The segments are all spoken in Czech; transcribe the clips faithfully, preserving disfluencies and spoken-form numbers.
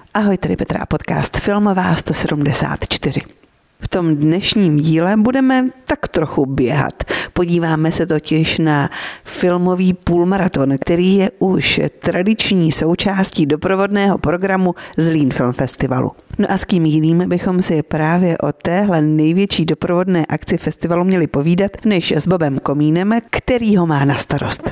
Ahoj, tady Petra, podcast Filmová sto sedmdesát čtyři. V tom dnešním díle budeme tak trochu běhat. Podíváme se totiž na filmový půlmaraton, který je už tradiční součástí doprovodného programu Zlín Film Festivalu. No a s kým jiným bychom si právě o téhle největší doprovodné akci festivalu měli povídat, než s Bobem Komínem, který ho má na starost.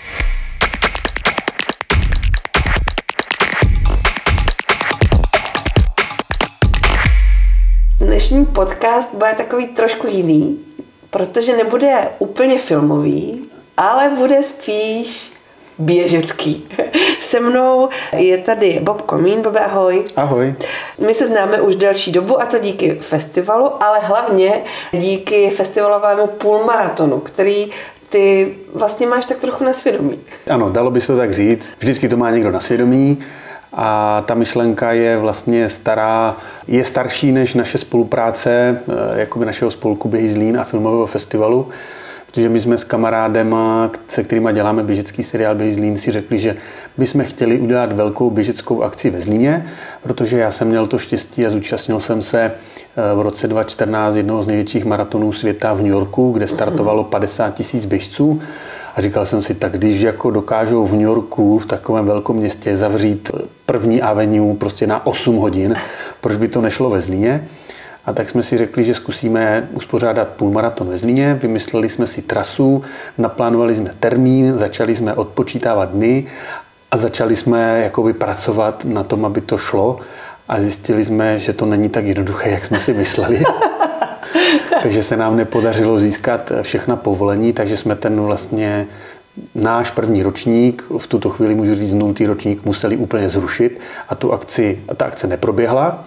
Dnešní podcast bude takový trošku jiný, protože nebude úplně filmový, ale bude spíš běžecký. Se mnou je tady Bob Komín. Bobe, ahoj. Ahoj. My se známe už delší dobu, a to díky festivalu, ale hlavně díky festivalovému půlmaratonu, který ty vlastně máš tak trochu na svědomí. Ano, dalo by se to tak říct. Vždycky to má někdo na svědomí. A ta myšlenka je vlastně stará, je starší než naše spolupráce, jakoby našeho spolku Běhy Zlín a filmového festivalu, protože my jsme s kamarádem, se kterýma děláme běžecký seriál Běhy Zlín, si řekli, že bychom chtěli udělat velkou běžeckou akci ve Zlíně, protože já jsem měl to štěstí a zúčastnil jsem se v roce dva tisíce čtrnáct jednoho z největších maratonů světa v New Yorku, kde startovalo padesát tisíc běžců. A říkal jsem si, tak když jako dokážou v New Yorku, v takovém velkém městě, zavřít první avenue prostě na osm hodin, proč by to nešlo ve Zlíně? A tak jsme si řekli, že zkusíme uspořádat půlmaraton ve Zlíně, vymysleli jsme si trasu, naplánovali jsme termín, začali jsme odpočítávat dny a začali jsme jakoby pracovat na tom, aby to šlo, a zjistili jsme, že to není tak jednoduché, jak jsme si mysleli. Takže se nám nepodařilo získat všechna povolení, takže jsme ten vlastně náš první ročník, v tuto chvíli můžu říct nultý ročník, museli úplně zrušit a tu akci, ta akce neproběhla.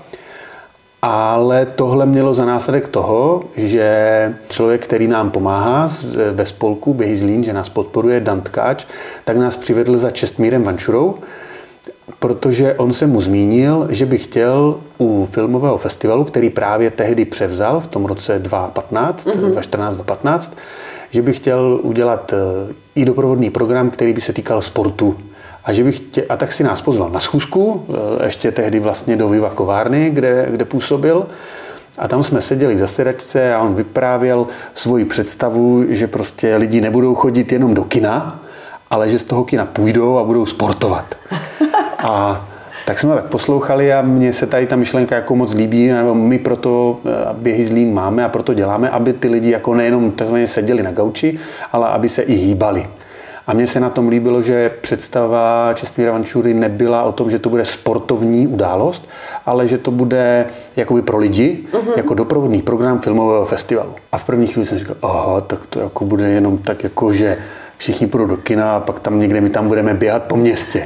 Ale tohle mělo za následek toho, že člověk, který nám pomáhá ve spolku Běhy Zlín, že nás podporuje, Dan Tkáč, tak nás přivedl za Čestmírem Vančurou, protože on se mu zmínil, že by chtěl u filmového festivalu, který právě tehdy převzal v tom roce dva tisíce patnáct, mm-hmm. dva tisíce čtrnáct dva tisíce patnáct, že by chtěl udělat i doprovodný program, který by se týkal sportu. A, že by chtěl, a tak si nás pozval na schůzku, ještě tehdy vlastně do Viva kovárny, kde, kde působil. A tam jsme seděli v zasedačce a on vyprávěl svoji představu, že prostě lidi nebudou chodit jenom do kina, ale že z toho kina půjdou a budou sportovat. A tak jsme tak poslouchali a mně se tady ta myšlenka jako moc líbí. My proto Běhy Zlín máme a proto děláme, aby ty lidi jako nejenom takzvaně seděli na gauči, ale aby se i hýbali. A mně se na tom líbilo, že představa Čestmíra Vančury nebyla o tom, že to bude sportovní událost, ale že to bude jakoby pro lidi, uh-huh. jako doprovodný program filmového festivalu. A v první chvíli jsem říkal, aha, tak to jako bude jenom tak jako, že všichni půjdou do kina a pak tam někde my tam budeme běhat po městě.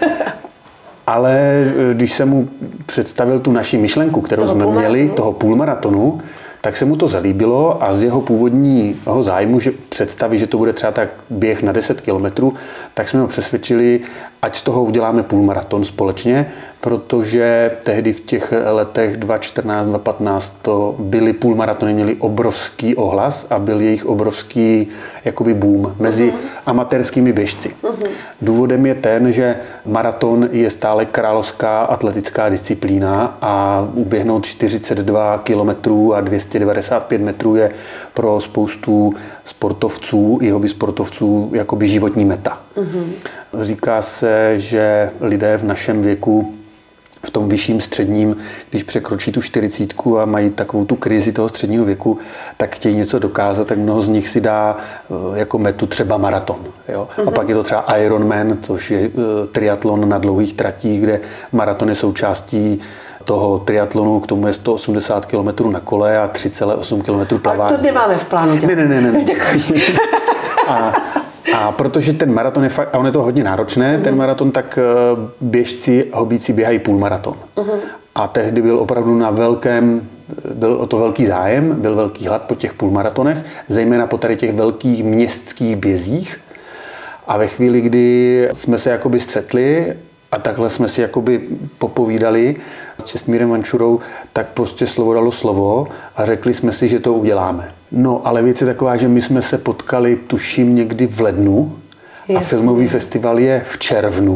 Ale když jsem mu představil tu naši myšlenku, kterou toho jsme měli, toho půlmaratonu, tak se mu to zalíbilo a z jeho původního zájmu, že představí, že to bude třeba tak běh na deset kilometrů, tak jsme ho přesvědčili, ať z toho uděláme půlmaraton společně, protože tehdy v těch letech dva tisíce čtrnáct dva tisíce patnáct to byly půlmaratony, měly obrovský ohlas a byl jejich obrovský jakoby boom mezi uh-huh. amatérskými běžci. Uh-huh. Důvodem je ten, že maraton je stále královská atletická disciplína a uběhnout čtyřicet dva kilometrů a dvě stě devadesát pět metrů je pro spoustu sportovců i hobby sportovců jakoby životní meta. Uh-huh. Říká se, že lidé v našem věku, v tom vyšším středním, když překročí tu čtyřicítku a mají takovou tu krizi toho středního věku, tak chtějí něco dokázat, tak mnoho z nich si dá jako metu třeba maraton. Jo? Mm-hmm. A pak je to třeba Ironman, což je triatlon na dlouhých tratích, kde maraton je součástí toho triatlonu, k tomu je sto osmdesát kilometrů na kole a tři celé osm kilometrů plavání. A to nemáme v plánu dělat. Ne, ne, ne. ne. a, a protože ten maraton je fakt, a on je to hodně náročné, mm-hmm. ten maraton, tak běžci, hobíci běhají půlmaraton. Mm-hmm. A tehdy byl opravdu na velkém, byl o to velký zájem, byl velký hlad po těch půlmaratonech, zejména po tady těch velkých městských bězích. A ve chvíli, kdy jsme se jakoby střetli a takhle jsme si jakoby popovídali s Čestmírem Vančurou, tak prostě slovo dalo slovo a řekli jsme si, že to uděláme. No, ale věc je taková, že my jsme se potkali tuším někdy v lednu. Jasně. A filmový festival je v červnu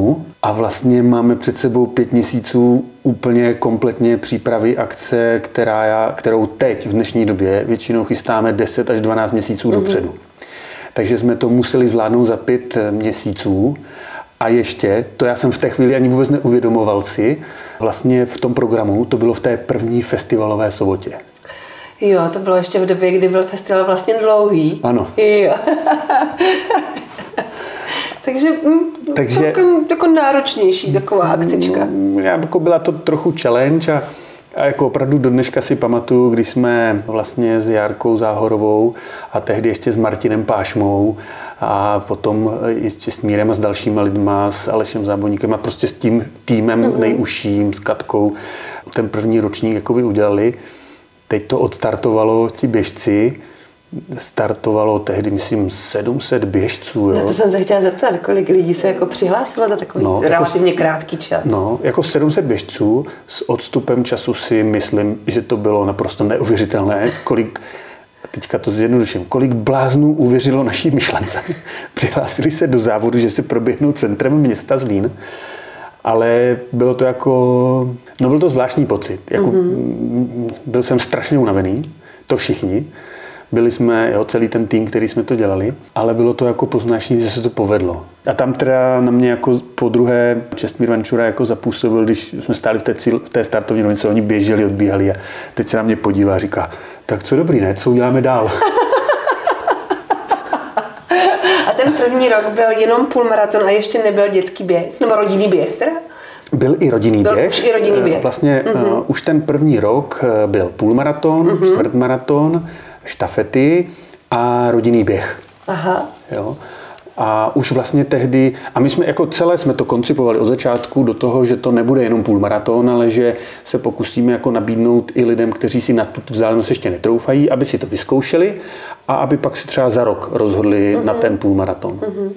A vlastně máme před sebou pět měsíců úplně kompletně přípravy akce, která já, kterou teď v dnešní době většinou chystáme deset až dvanáct měsíců mm-hmm. dopředu. Takže jsme to museli zvládnout za pět měsíců. A ještě, to já jsem v té chvíli ani vůbec neuvědomoval si, vlastně v tom programu, to bylo v té první festivalové sobotě. Jo, to bylo ještě v době, kdy byl festival vlastně dlouhý. Ano. Jo. Takže, mm, Takže celkem jako náročnější taková akcička. Jako byla to trochu challenge a, a jako opravdu do dneška si pamatuju, když jsme vlastně s Jarkou Záhorovou a tehdy ještě s Martinem Pášmou a potom i s Čestmírem a s dalšíma lidma, s Alešem Záboníkem a prostě s tím týmem mm-hmm. nejužším, s Katkou, ten první ročník jakoby udělali. Teď to odstartovalo ti běžci, startovalo tehdy, myslím, sedm set běžců. Jo. No to jsem se chtěla zeptat, kolik lidí se jako přihlásilo za takový no, relativně jako, krátký čas. No, jako sedm set běžců, s odstupem času si myslím, že to bylo naprosto neuvěřitelné, kolik, teďka to zjednoduším, kolik bláznů uvěřilo naší myšlence. Přihlásili se do závodu, že se proběhnou centrem města Zlín, ale bylo to jako, no byl to zvláštní pocit. Jako, mm-hmm. Byl jsem strašně unavený, to všichni. Byli jsme, jo, celý ten tým, který jsme to dělali, ale bylo to jako poznačný, že se to povedlo. A tam teda na mě jako po druhé Čestmír Vančura jako zapůsobil, když jsme stáli v té, cíl, v té startovní rovince, oni běželi, odbíhali a teď se na mě podívá a říká, tak co dobrý, ne? Co uděláme dál? A ten první rok byl jenom půlmaraton a ještě nebyl dětský běh, nebo rodinný běh teda? Byl i rodinný byl běh. Už i rodinný běh. Vlastně uh-huh. uh, už ten první rok byl půlmaraton, uh-huh. čtvrtmaraton, štafety a rodinný běh. Aha. Jo. A už vlastně tehdy, a my jsme jako celé jsme to koncipovali od začátku do toho, že to nebude jenom půlmaraton, ale že se pokusíme jako nabídnout i lidem, kteří si na tu vzdálenost ještě netroufají, aby si to vyzkoušeli a aby pak si třeba za rok rozhodli uh-huh. na ten půlmaraton. Uh-huh.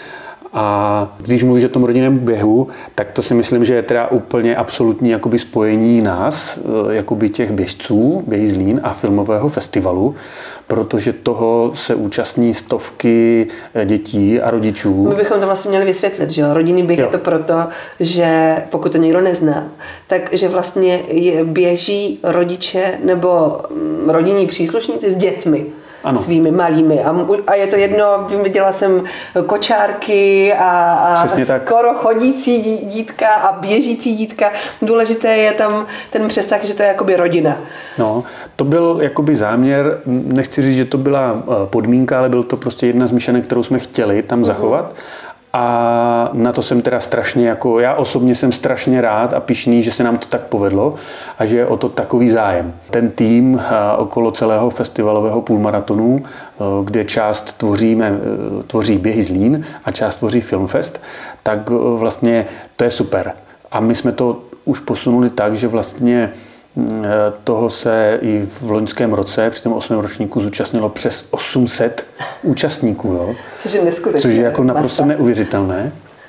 A když mluvíš o tom rodinném běhu, tak to si myslím, že je teda úplně absolutní jakoby spojení nás, jakoby těch běžců, Běhy Zlín a filmového festivalu, protože toho se účastní stovky dětí a rodičů. My bychom to vlastně měli vysvětlit, že jo? Rodinný běh jo. Je to proto, že pokud to někdo nezná, takže vlastně běží rodiče nebo rodinní příslušníci s dětmi. Ano. Svými malými. A, a je to jedno, viděla jsem kočárky a, a skoro tak. Chodící dítka a běžící dítka. Důležité je tam ten přesah, že to je jakoby rodina. No, to byl jakoby záměr, nechci říct, že to byla podmínka, ale byl to prostě jedna z myšlenek, kterou jsme chtěli tam uh-huh. zachovat. A na to jsem teda strašně, jako já osobně jsem strašně rád a pyšný, že se nám to tak povedlo a že je o to takový zájem. Ten tým okolo celého festivalového půlmaratonu, kde část tvoříme, tvoří Běhy Zlín a část tvoří Filmfest, tak vlastně to je super. A my jsme to už posunuli tak, že vlastně toho se i v loňském roce při tom osmém ročníku zúčastnilo přes osm set účastníků. Jo? Což je neskutečné. Což je jako naprosto neuvěřitelné.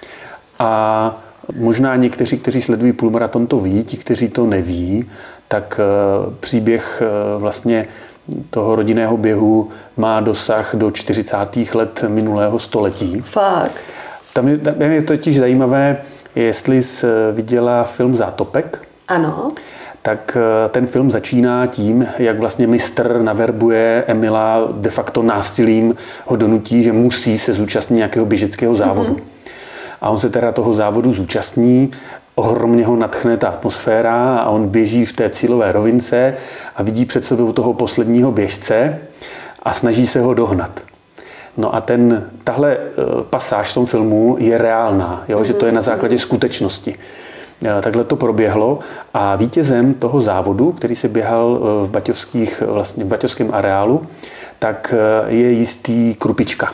A možná někteří, kteří sledují půlmaraton, to ví, ti, kteří to neví, tak příběh vlastně toho rodinného běhu má dosah do čtyřicátých let minulého století. Fakt. Tam je, tam je totiž zajímavé, jestli jsi viděla film Zátopek. Ano. Tak ten film začíná tím, jak vlastně mistr naverbuje Emila de facto násilím ho donutí, že musí se zúčastnit nějakého běžeckého závodu. Mm-hmm. A on se teda toho závodu zúčastní, ohromně ho nadchne ta atmosféra a on běží v té cílové rovince a vidí před sebou toho posledního běžce a snaží se ho dohnat. No a ten, tahle pasáž v tom filmu je reálná, jo? Mm-hmm. Že to je na základě skutečnosti. Takhle to proběhlo a vítězem toho závodu, který se běhal v Baťovských, vlastně v Baťovském areálu, tak je jistý Krupička.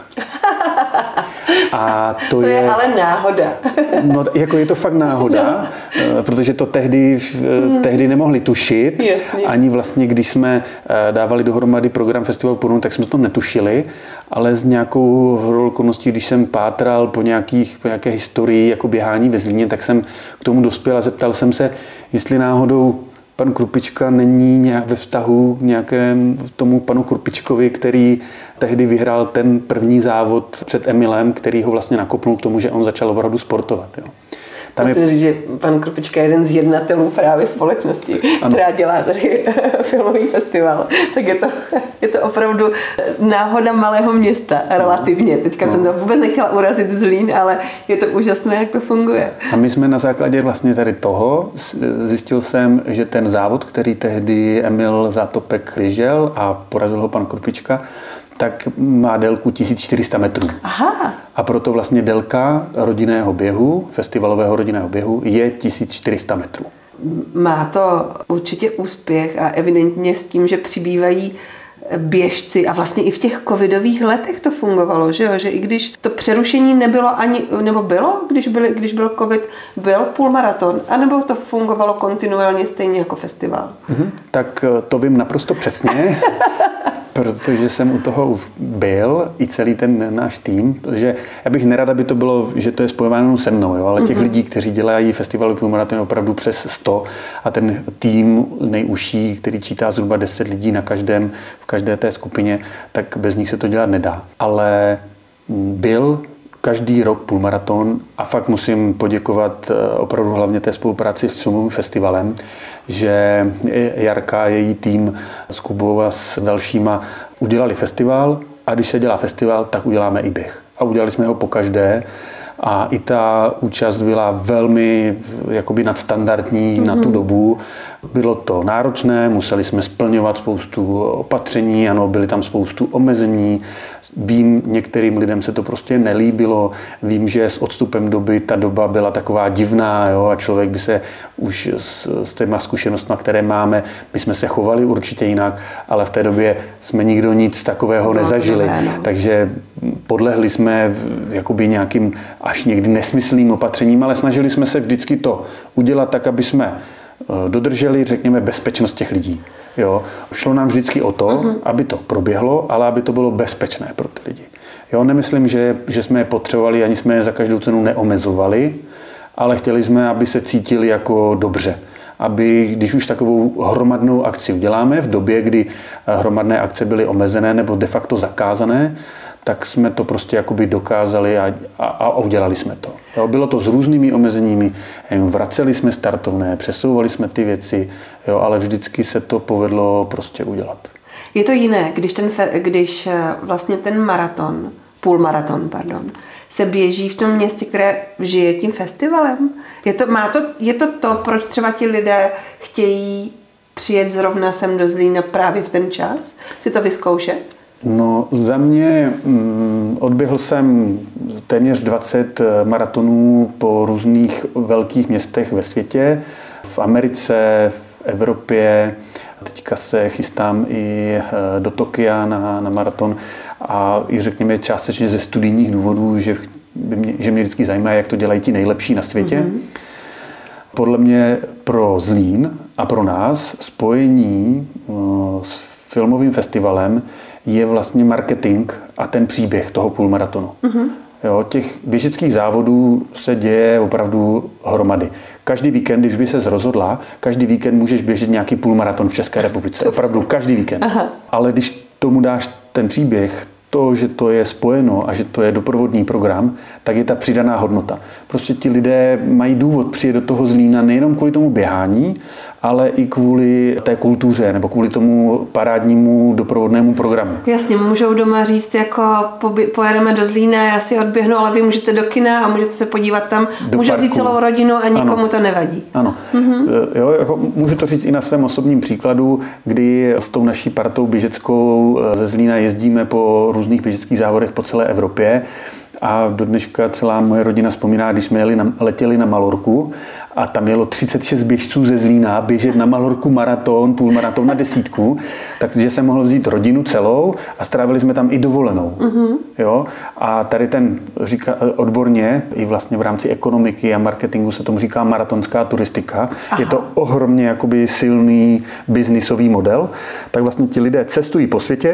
A to, to je, je ale náhoda. No, jako je to fakt náhoda, no. Protože to tehdy, hmm. tehdy nemohli tušit. Jasně. Ani vlastně, když jsme dávali dohromady program Festivalu Porunu, tak jsme to netušili, ale z nějakou hodou okolností, když jsem pátral po, nějakých, po nějaké historii jako běhání ve Zlíně, tak jsem k tomu dospěl a zeptal jsem se, jestli náhodou pan Krupička není nějak ve vztahu k nějakému tomu panu Krupičkovi, který tehdy vyhrál ten první závod před Emilem, který ho vlastně nakopnul k tomu, že on začal opravdu sportovat. Jo. Tam Musím je... říct, že pan Krpička je jeden z jednatelů právě společnosti, ano. která dělá tady filmový festival. Tak je to, je to opravdu náhoda malého města, relativně. Teďka no. jsem to vůbec nechtěla urazit Zlín, ale je to úžasné, jak to funguje. A my jsme na základě vlastně tady toho, zjistil jsem, že ten závod, který tehdy Emil Zátopek běžel a porazil ho pan Krpička, tak má délku tisíc čtyři sta metrů. Aha. A proto vlastně délka rodinného běhu, festivalového rodinného běhu, je tisíc čtyři sta metrů. Má to určitě úspěch a evidentně s tím, že přibývají běžci a vlastně i v těch covidových letech to fungovalo, že jo? Že i když to přerušení nebylo ani, nebo bylo, když, byly, když byl covid, byl půlmaraton, anebo to fungovalo kontinuálně stejně jako festival? Mm-hmm. Tak to vím naprosto přesně. Protože jsem u toho byl i celý ten náš tým, protože já bych nerad, aby to bylo, že to je spojováno se mnou, jo, ale těch mm-hmm. lidí, kteří dělají festivalový půlmaraton je opravdu přes sto a ten tým nejužší, který čítá zhruba deset lidí na každém, v každé té skupině, tak bez nich se to dělat nedá. Ale byl každý rok půlmaraton a fakt musím poděkovat opravdu hlavně té spolupráci s filmovým festivalem, že Jarka a její tým s Kubou a s dalšíma udělali festival a když se dělá festival, tak uděláme i běh. A udělali jsme ho pokaždé a i ta účast byla velmi jakoby nadstandardní mm-hmm. na tu dobu. Bylo to náročné, museli jsme splňovat spoustu opatření, ano, byly tam spoustu omezení. Vím, některým lidem se to prostě nelíbilo. Vím, že s odstupem doby ta doba byla taková divná, jo, a člověk by se už s, s těma zkušenostmi, které máme, my jsme se chovali určitě jinak, ale v té době jsme nikdo nic takového nezažili. No, no. Takže podlehli jsme jakoby nějakým až někdy nesmyslným opatřením, ale snažili jsme se vždycky to udělat tak, aby jsme dodrželi, řekněme, bezpečnost těch lidí. Jo. Šlo nám vždycky o to, uh-huh. aby to proběhlo, ale aby to bylo bezpečné pro ty lidi. Jo, nemyslím, že, že jsme je potřebovali, ani jsme je za každou cenu neomezovali, ale chtěli jsme, aby se cítili jako dobře. Aby, když už takovou hromadnou akci uděláme, v době, kdy hromadné akce byly omezené nebo de facto zakázané, tak jsme to prostě jakoby dokázali a, a, a udělali jsme to. Jo, bylo to s různými omezeními, vraceli jsme startovné, přesouvali jsme ty věci, jo, ale vždycky se to povedlo prostě udělat. Je to jiné, když, ten, když vlastně ten maraton, půlmaraton, pardon, se běží v tom městě, které žije tím festivalem? Je to, má to, je to to, proč třeba ti lidé chtějí přijet zrovna sem do Zlína právě v ten čas? Si to vyzkoušet? No za mě mm, odběhl jsem téměř dvacet maratonů po různých velkých městech ve světě, v Americe, v Evropě, teďka se chystám i do Tokia na, na maraton a i řekněme částečně ze studijních důvodů, že, by mě, že mě vždycky zajímá, jak to dělají ti nejlepší na světě. Mm-hmm. Podle mě pro Zlín a pro nás spojení s filmovým festivalem je vlastně marketing a ten příběh toho půlmaratonu. Mm-hmm. Jo, těch běžeckých závodů se děje opravdu hromady. Každý víkend, když by ses rozhodla, každý víkend můžeš běžet nějaký půlmaraton v České republice. Opravdu každý víkend. Aha. Ale když tomu dáš ten příběh, to, že to je spojeno a že to je doprovodný program, tak je ta přidaná hodnota. Prostě ti lidé mají důvod přijet do toho Zlína nejenom kvůli tomu běhání, ale i kvůli té kultuře nebo kvůli tomu parádnímu doprovodnému programu. Jasně, můžou doma říct, jako pojedeme do Zlína, já si odběhnu, ale vy můžete do kina a můžete se podívat tam, do můžou vzít celou rodinu a nikomu ano. to nevadí. Ano, mhm. jo, jako můžu to říct i na svém osobním příkladu, kdy s tou naší partou běžeckou ze Zlína jezdíme po různých běžeckých závodech po celé Evropě. A do dneška celá moje rodina vzpomíná, když jsme jeli na, letěli na Malorku a tam jelo třicet šest běžců ze Zlína běžet na Malorku maraton, půlmaraton na desítku, takže jsem mohl vzít rodinu celou a strávili jsme tam i dovolenou. Mm-hmm. Jo? A tady ten říká odborně, i vlastně v rámci ekonomiky a marketingu se tomu říká maratonská turistika. Aha. Je to ohromně jakoby silný biznisový model. Tak vlastně ti lidé cestují po světě,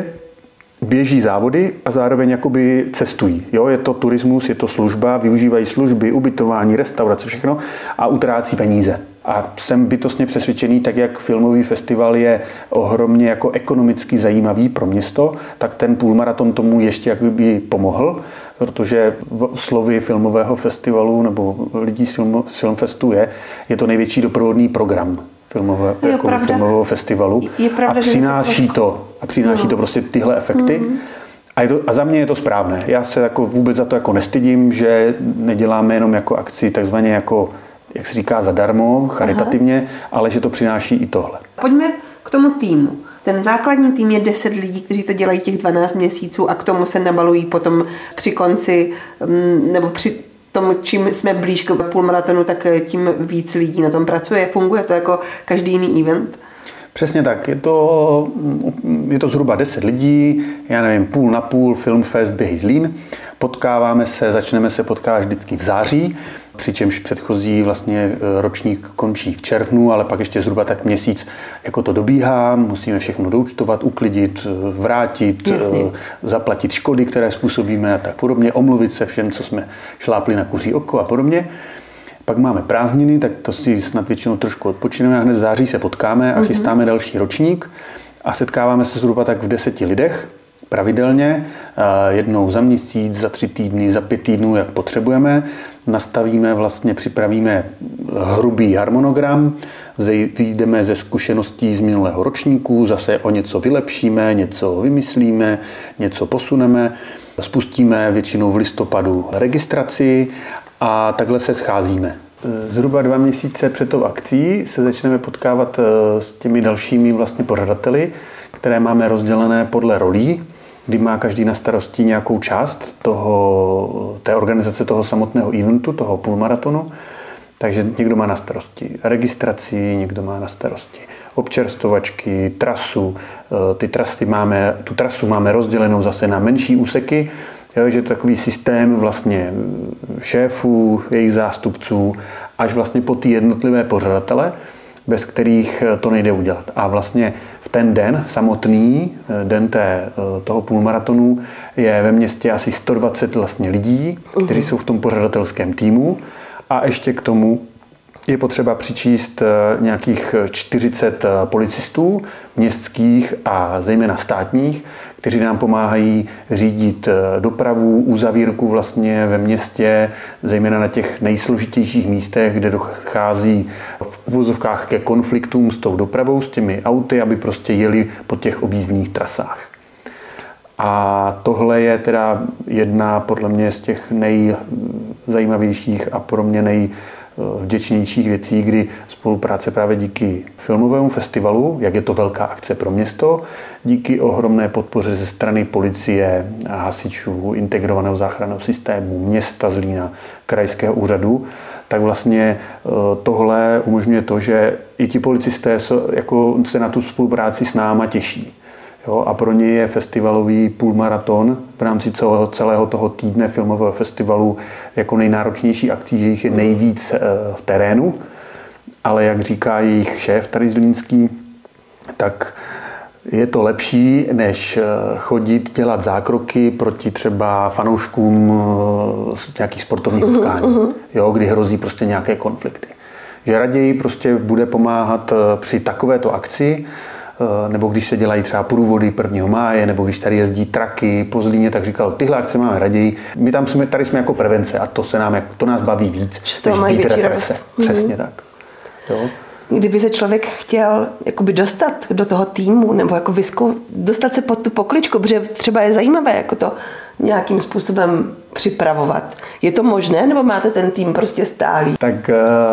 běží závody a zároveň jakoby cestují. Jo, je to turismus, je to služba, využívají služby, ubytování, restaurace, všechno a utrácí peníze. A jsem bytostně přesvědčený, tak jak filmový festival je ohromně jako ekonomicky zajímavý pro město, tak ten půlmaraton tomu ještě jakoby pomohl, protože v slovy filmového festivalu nebo lidí z film, Filmfestu je, je to největší doprovodný program filmového, jo, jako filmového festivalu je pravda, a přináší to a přináší no. to prostě tyhle efekty. Mm-hmm. A, je to, a za mě je to správné. Já se jako vůbec za to jako nestydím, že neděláme jenom jako akci takzvaně jako, jak se říká, zadarmo, charitativně, Aha. ale že to přináší i tohle. Pojďme k tomu týmu. Ten základní tým je deset lidí, kteří to dělají těch dvanáct měsíců a k tomu se nabalují potom při konci, nebo při tomu, čím jsme blíž k půlmaratonu, tak tím víc lidí na tom pracuje. Funguje to jako každý jiný event? Přesně tak. Je to, je to zhruba deset lidí, já nevím, půl na půl, Filmfest Běhy Zlín. Potkáváme se, začneme se potkávat vždycky v září, přičemž předchozí vlastně ročník končí v červnu, ale pak ještě zhruba tak měsíc jako to dobíhá, musíme všechno doúčtovat, uklidit, vrátit, Jasně. zaplatit škody, které způsobíme a tak podobně, omluvit se všem, co jsme šlápli na kuří oko a podobně. Pak máme prázdniny, tak to si snad většinou trošku odpočineme a hned v září se potkáme a chystáme mm-hmm. další ročník a setkáváme se zhruba tak v deseti lidech pravidelně, jednou za měsíc, za tři týdny, za pět týdnů, jak potřebujeme. Nastavíme, vlastně připravíme hrubý harmonogram, vyjdeme ze zkušeností z minulého ročníku, zase o něco vylepšíme, něco vymyslíme, něco posuneme, spustíme většinou v listopadu registraci a takhle se scházíme. Zhruba dva měsíce před tou akcí se začneme potkávat s těmi dalšími vlastně pořadateli, které máme rozdělené podle rolí, kdy má každý na starosti nějakou část toho, té organizace toho samotného eventu, toho půlmaratonu. Takže někdo má na starosti registraci, někdo má na starosti občerstvovačky, trasu. Ty trasy máme, tu trasu máme rozdělenou zase na menší úseky, jo, že to je takový systém vlastně šéfů, jejich zástupců, až vlastně po ty jednotlivé pořadatele, bez kterých to nejde udělat. A vlastně v ten den samotný, den té, toho půlmaratonu, je ve městě asi sto dvacet vlastně lidí, kteří jsou v tom pořadatelském týmu. A ještě k tomu je potřeba přičíst nějakých čtyřicet policistů městských a zejména státních, kteří nám pomáhají řídit dopravu, uzavírku vlastně ve městě, zejména na těch nejsložitějších místech, kde dochází v uvozovkách ke konfliktům s tou dopravou, s těmi auty, aby prostě jeli po těch objízdných trasách. A tohle je teda jedna podle mě z těch nejzajímavějších a pro mě nejvděčnějších věcí, kdy spolupráce právě díky filmovému festivalu, jak je to velká akce pro město, díky ohromné podpoře ze strany policie a hasičů, integrovaného záchranného systému, města Zlína, krajského úřadu, tak vlastně tohle umožňuje to, že i ti policisté jako se na tu spolupráci s náma těší. Jo, a pro ně je festivalový půlmaraton v rámci celého, celého toho týdne filmového festivalu jako nejnáročnější akcí, že jich je nejvíc v terénu, ale jak říká jejich šéf tady zlínský, tak je to lepší, než chodit dělat zákroky proti třeba fanouškům z nějakých sportovních utkání, uh-huh, uh-huh. jo, kdy hrozí prostě nějaké konflikty. Že raději prostě bude pomáhat při takovéto akci, nebo když se dělají třeba průvody prvního máje, nebo když tady jezdí traky po Zlíně, tak říkal, tyhle akce máme raději. My tam jsme, tady jsme jako prevence a to se nám, to nás baví víc, než být represe. Přesně mm. tak. Jo. Kdyby se člověk chtěl jakoby dostat do toho týmu, nebo jako vyskou, dostat se pod tu pokličku, protože třeba je zajímavé jako to nějakým způsobem připravovat. Je to možné, nebo máte ten tým prostě stálý? Tak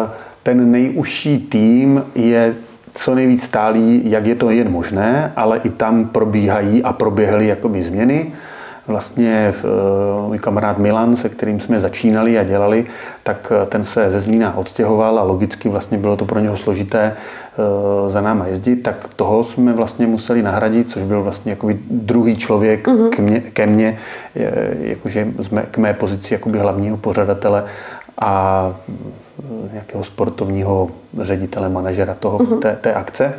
ten nejužší tým je co nejvíc stálý, jak je to jen možné, ale i tam probíhají a proběhly jakoby změny. Vlastně můj kamarád Milan, se kterým jsme začínali a dělali, tak ten se ze Zlína odstěhoval a logicky vlastně bylo to pro něho složité za náma jezdit, tak toho jsme vlastně museli nahradit, což byl vlastně jakoby druhý člověk uh-huh. k mě, ke mně, jakože k mé pozici jakoby hlavního pořadatele a nějakého sportovního ředitele, manažera toho, uh-huh. té, té akce.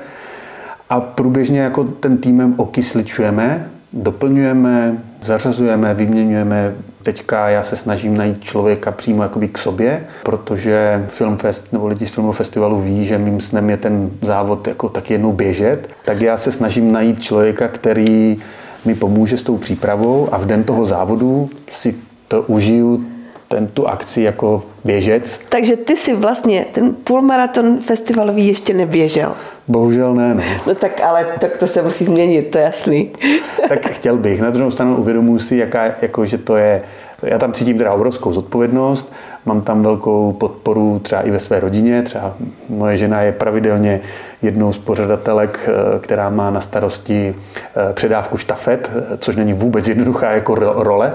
A průběžně jako ten týmem okysličujeme, doplňujeme, zařazujeme, vyměňujeme. Teďka já se snažím najít člověka přímo jakoby k sobě, protože Filmfest nebo lidi z filmového festivalu ví, že mým snem je ten závod jako tak jednou běžet. Tak já se snažím najít člověka, který mi pomůže s tou přípravou a v den toho závodu si to užiju, ten, tu akci jako běžec. Takže ty si vlastně ten půlmaraton festivalový ještě neběžel. Bohužel ne, no. No tak ale tak to se musí změnit, to je jasný. Tak chtěl bych. Na druhou stranu uvědomuji si, jaká, jako, že to je, já tam cítím teda obrovskou zodpovědnost, mám tam velkou podporu třeba i ve své rodině, třeba moje žena je pravidelně jednou z pořadatelek, která má na starosti předávku štafet, což není vůbec jednoduchá jako role.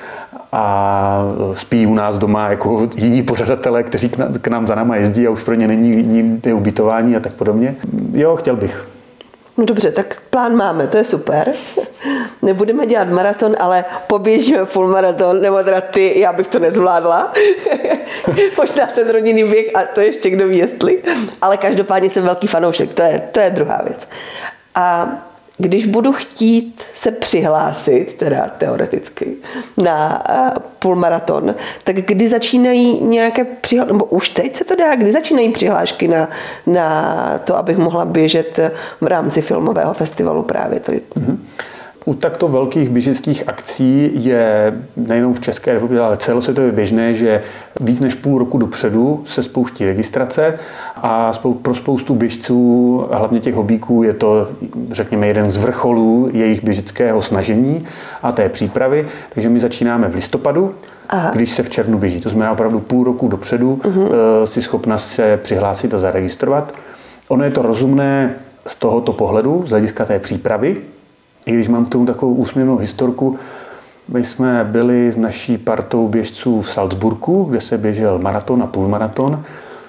A spí u nás doma jako jiní pořadatelé, kteří k nám za náma jezdí a už pro ně není nikde ubytování a tak podobně. Jo, chtěl bych. No dobře, tak plán máme, to je super. Nebudeme dělat maraton, ale poběžíme půlmaraton, nebo teda ty, já bych to nezvládla. Možná ten rodinný běh a to ještě kdo ví jestli. Ale každopádně jsem velký fanoušek, to je, to je druhá věc. A když budu chtít se přihlásit, teda teoreticky, na půlmaraton, tak kdy začínají nějaké přihlášky, nebo už teď se to dá, kdy začínají přihlášky na, na to, abych mohla běžet v rámci filmového festivalu právě tady. Mm-hmm. U takto velkých běžeckých akcí je nejenom v České republice, ale celosvětově běžné, že víc než půl roku dopředu se spouští registrace a pro spoustu běžců, hlavně těch hobíků, je to, řekněme, jeden z vrcholů jejich běžeckého snažení a té přípravy. Takže my začínáme v listopadu, Aha. když se v červnu běží. To znamená opravdu půl roku dopředu uh-huh. si schopna se přihlásit a zaregistrovat. Ono je to rozumné z tohoto pohledu, z hlediska té přípravy. I když mám k tomu takovou úsměvnou historku, my jsme byli s naší partou běžců v Salzburgu, kde se běžel maraton a půlmaraton.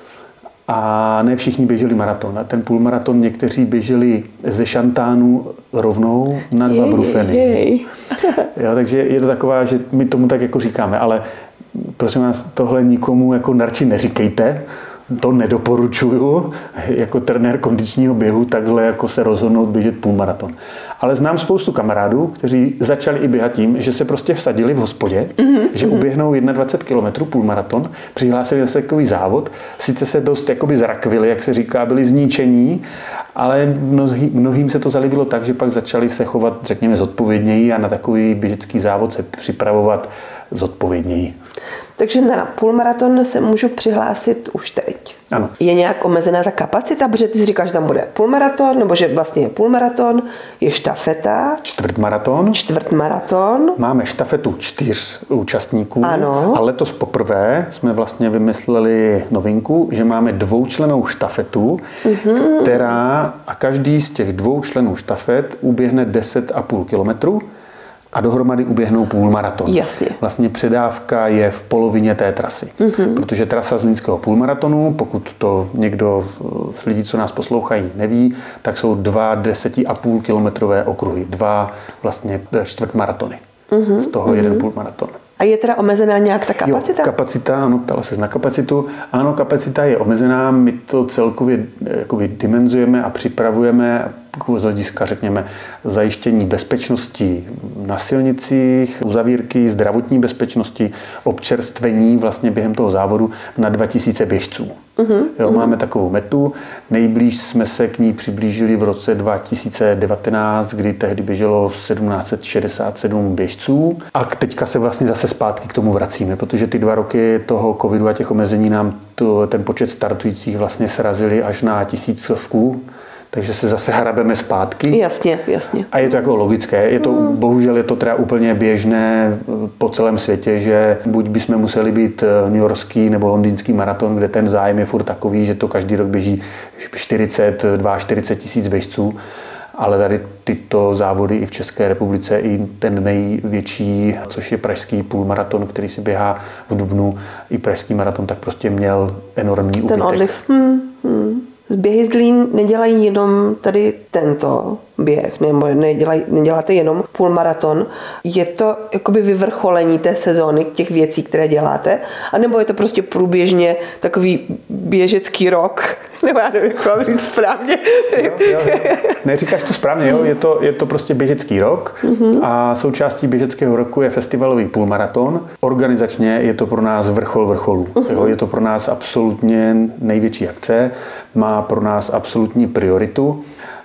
A ne všichni běželi maraton. A ten půlmaraton někteří běželi ze šantánu rovnou na dva jej, brufeny. Jej. Jo, takže je to taková, že my tomu tak jako říkáme, ale prosím vás, tohle nikomu jako narči neříkejte. To nedoporučuju jako trenér kondičního běhu takhle jako se rozhodnout běžet půlmaraton. Ale znám spoustu kamarádů, kteří začali i běhat tím, že se prostě vsadili v hospodě, mm-hmm. že uběhnou dvacet jedna kilometrů půlmaraton, přihlásili se takový závod, sice se dost jakoby zrakvili, jak se říká, byli zničení, ale mnohý, mnohým se to zalíbilo tak, že pak začali se chovat, řekněme, zodpovědněji a na takový běžecký závod se připravovat zodpovědněji. Takže na půlmaraton se můžu přihlásit už teď. Ano. Je nějak omezená ta kapacita, protože ty si říkáš, že tam bude půlmaraton, nebo že vlastně je půlmaraton, je štafeta. Čtvrtmaraton. Čtvrtmaraton. Máme štafetu čtyř účastníků. Ano. A letos poprvé jsme vlastně vymysleli novinku, že máme dvoučlennou štafetu, mm-hmm. která a každý z těch dvou členů štafet uběhne deset a půl kilometru. A dohromady uběhnou půlmaraton. Jasně. Vlastně předávka je v polovině té trasy. Mm-hmm. Protože trasa zlínského půlmaratonu, pokud to někdo z lidí, co nás poslouchají, neví, tak jsou dva deseti a půl kilometrové okruhy. Dva vlastně čtvrtmaratony. Mm-hmm. Z toho mm-hmm. jeden půlmaraton. A je teda omezená nějak ta kapacita? Jo, kapacita, ano, ptala se na kapacitu. Ano, kapacita je omezená, my to celkově jakoby dimenzujeme a připravujeme z hlediska, řekněme, zajištění bezpečnosti na silnicích, uzavírky, zdravotní bezpečnosti, občerstvení vlastně během toho závodu na dva tisíce běžců. Uh-huh, jo, uh-huh. Máme takovou metu. Nejblíž jsme se k ní přiblížili v roce dva tisíce devatenáct, kdy tehdy běželo sedmnáct set šedesát sedm běžců. A teďka se vlastně zase zpátky k tomu vracíme, protože ty dva roky toho covidu a těch omezení nám to, ten počet startujících vlastně srazili až na tisícovku. Takže se zase hrabeme zpátky. Jasně, jasně. A je to jako logické. Je to, hmm. Bohužel je to teda úplně běžné po celém světě, že buď bychom museli být newyorský nebo londýnský maraton, kde ten zájem je furt takový, že to každý rok běží čtyřicet, čtyřicet dva tisíc běžců. Ale tady tyto závody i v České republice, i ten největší, což je pražský půlmaraton, který se běhá v dubnu, i pražský maraton, tak prostě měl enormní úbytek. Ten odliv. Hmm, hmm. Běhy Zlín nedělají jenom tady tento běh, nebo nedělají, neděláte jenom půlmaraton. Je to jakoby vyvrcholení té sezóny těch věcí, které děláte? A nebo je to prostě průběžně takový běžecký rok? Nebo já nevím, jak to mám říct správně. Jo, jo, jo. Neříkáš to správně, jo? Je to, je to prostě běžecký rok mm-hmm. a součástí běžeckého roku je festivalový půlmaraton. Organizačně je to pro nás vrchol vrcholů. Mm-hmm. Jo? Je to pro nás absolutně největší akce, má pro nás absolutní prioritu.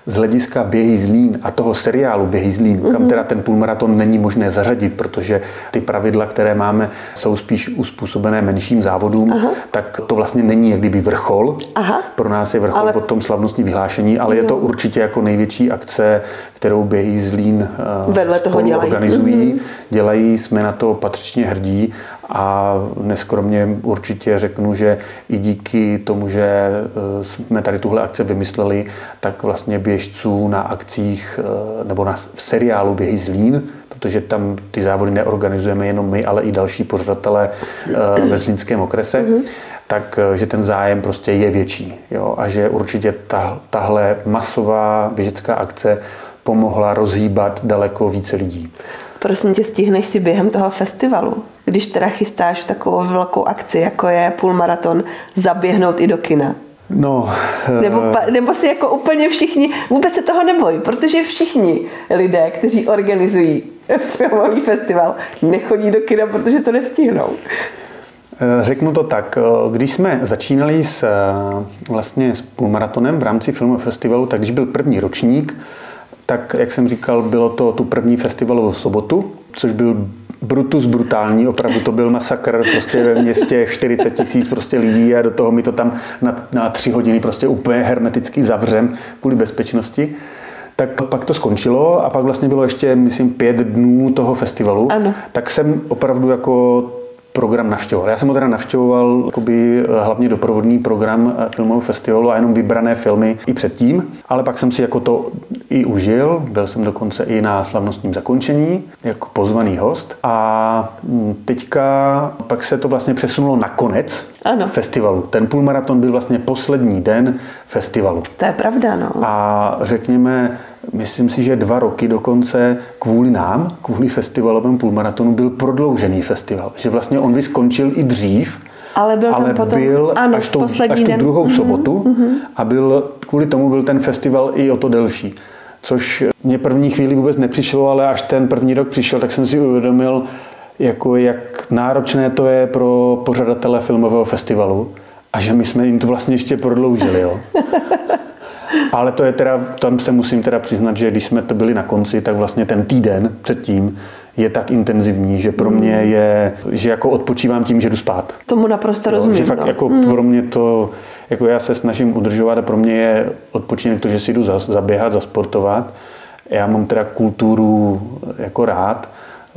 z hlediska Běhy Zlín a toho seriálu Běhy Zlín, mm-hmm. kam teda ten půlmaraton není možné zařadit, protože ty pravidla, které máme, jsou spíš uspůsobené menším závodům, Aha. tak to vlastně není jak kdyby vrchol. Aha. Pro nás je vrchol ale... pod tom slavnostní vyhlášení, ale jo. je to určitě jako největší akce, kterou Běhy Zlín vedle toho dělají. organizují. Mm-hmm. Dělají, jsme na to patřičně hrdí a neskromně určitě řeknu, že i díky tomu, že jsme tady tuhle akce vymysleli, tak vlastně běžců na akcích nebo na seriálu Běhy Zlín, protože tam ty závody neorganizujeme jenom my, ale i další pořadatelé ve Zlínském okrese, mm-hmm. tak že ten zájem prostě je větší. Jo? A že určitě ta, tahle masová běžecká akce pomohla rozhýbat daleko více lidí. Prosím tě, stihneš si během toho festivalu, když teda chystáš takovou velkou akci, jako je půlmaraton, zaběhnout i do kina? No, nebo, nebo si jako úplně všichni, vůbec se toho nebojí, protože všichni lidé, kteří organizují filmový festival, nechodí do kina, protože to nestihnou. Řeknu to tak, když jsme začínali s, vlastně s půlmaratonem v rámci filmového festivalu, tak když byl první ročník, tak, jak jsem říkal, bylo to tu první festivalovou sobotu, což byl brutus brutální, opravdu to byl masakr, prostě ve městě čtyřicet tisíc prostě lidí a do toho my to tam na, na tři hodiny prostě úplně hermeticky zavřem kvůli bezpečnosti. Tak pak to skončilo a pak vlastně bylo ještě, myslím, pět dnů toho festivalu. Ano. Tak jsem opravdu jako program navštěvoval. Já jsem ho teda navštěvoval jakoby, hlavně doprovodný program filmového festivalu a jenom vybrané filmy i předtím, ale pak jsem si jako to i užil. Byl jsem dokonce i na slavnostním zakončení jako pozvaný host a teďka pak se to vlastně přesunulo na konec ano. festivalu. Ten půlmaraton byl vlastně poslední den festivalu. To je pravda, no. A řekněme, myslím si, že dva roky dokonce kvůli nám, kvůli festivalovému půlmaratonu byl prodloužený festival. Že vlastně on by skončil i dřív, ale byl, ale tam potom, byl ano, až, tou, až tu druhou mm-hmm. sobotu mm-hmm. a byl, kvůli tomu byl ten festival i o to delší. Což mě první chvíli vůbec nepřišlo, ale až ten první rok přišel, tak jsem si uvědomil, jako jak náročné to je pro pořadatele filmového festivalu a že my jsme jim to vlastně ještě prodloužili. Jo. Ale to je teda, tam se musím teda přiznat, že když jsme to byli na konci, tak vlastně ten týden předtím je tak intenzivní, že pro mě je, že jako odpočívám tím, že jdu spát. Tomu naprosto rozumím. Že fakt no. jako mm. pro mě to, jako já se snažím udržovat a pro mě je odpočinek to, že si jdu zaběhat, zasportovat. Já mám teda kulturu jako rád,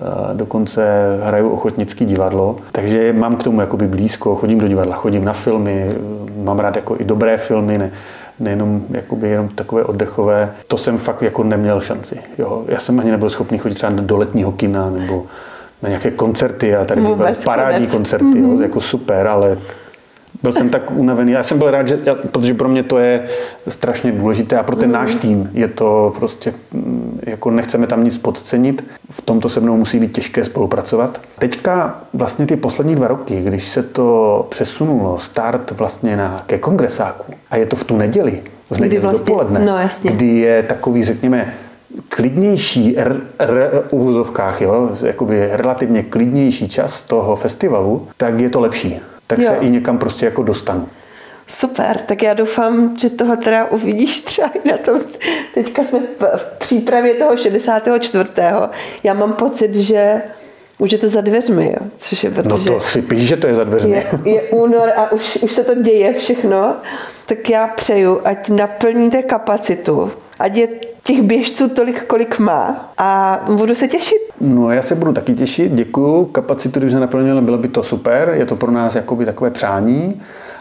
dokonce hraju ochotnické divadlo, takže mám k tomu jakoby blízko, chodím do divadla, chodím na filmy, mám rád jako i dobré filmy, ne, nejenom jakoby jenom takové oddechové. To jsem fakt jako neměl šanci. Jo. Já jsem ani nebyl schopný chodit třeba do letního kina nebo na nějaké koncerty a tady byly parádní konec. koncerty, mm-hmm. jo, jako super, ale byl jsem tak unavený. Já jsem byl rád, že, protože pro mě to je strašně důležité a pro ten mm. náš tým je to prostě, jako nechceme tam nic podcenit. V tomto se mnou musí být těžké spolupracovat. Teďka vlastně ty poslední dva roky, když se to přesunulo, start vlastně na, ke kongresáku a je to v tu neděli, v neděli vlastně, dopoledne, no, jasně. kdy je takový, řekněme, klidnější, r, r, v uvozovkách, jo, jakoby relativně klidnější čas toho festivalu, tak je to lepší. Tak jo. se i někam prostě jako dostanu. Super, tak já doufám, že toho teda uvidíš třeba i na tom. Teďka jsme v přípravě toho šedesátého čtvrtého Já mám pocit, že už je to za dveřmi, jo. Což je, protože no to si píš, že to je za dveřmi. Je, je únor a už, už se to děje všechno. Tak já přeju, ať naplníte kapacitu, ať je těch běžců tolik, kolik má a budu se těšit. No já se budu taky těšit, děkuju. Kapacitu, když se naplnila, bylo by to super, je to pro nás jakoby takové přání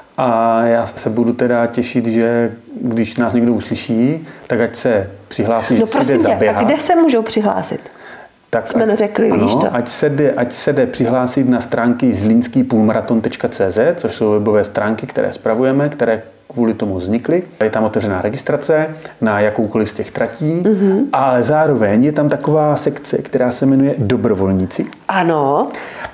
a já se budu teda těšit, že když nás někdo uslyší, tak ať se přihlásí, no že si jde zaběhat. A kde se můžou přihlásit? Tak jsme ať, neřekli, ano, víš to? Ať se, jde, ať se jde přihlásit na stránky zlínský půlmaraton tečka cé zet, což jsou webové stránky, které spravujeme, které kvůli tomu vznikly. Je tam otevřená registrace na jakoukoliv z těch tratí, mm-hmm. ale zároveň je tam taková sekce, která se jmenuje Dobrovolníci. Ano.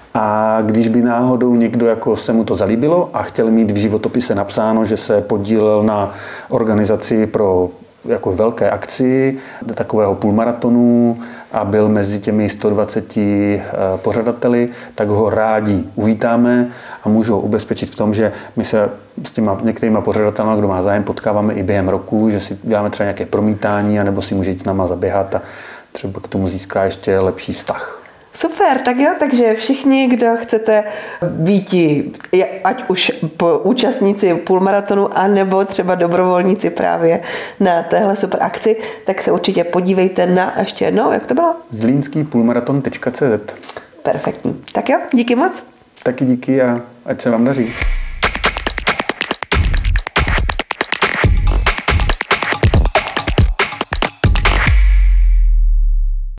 A když by náhodou někdo jako se mu to zalíbilo a chtěl mít v životopise napsáno, že se podílel na organizaci pro jako velké akci takového půlmaratonu a byl mezi těmi sto dvaceti pořadateli, tak ho rádi uvítáme a můžu ho ubezpečit v tom, že my se s těma některýma pořadatelmi, kdo má zájem, potkáváme i během roku, že si děláme třeba nějaké promítání, anebo si může jít s náma zaběhat a třeba k tomu získá ještě lepší vztah. Super, tak jo, takže všichni, kdo chcete být, ať už po účastníci půlmaratonu, anebo třeba dobrovolníci právě na téhle super akci, tak se určitě podívejte na, ještě jednou, jak to bylo? zlínský půlmaraton tečka cé zet. Perfektní. Tak jo, díky moc. Taky díky a ať se vám daří.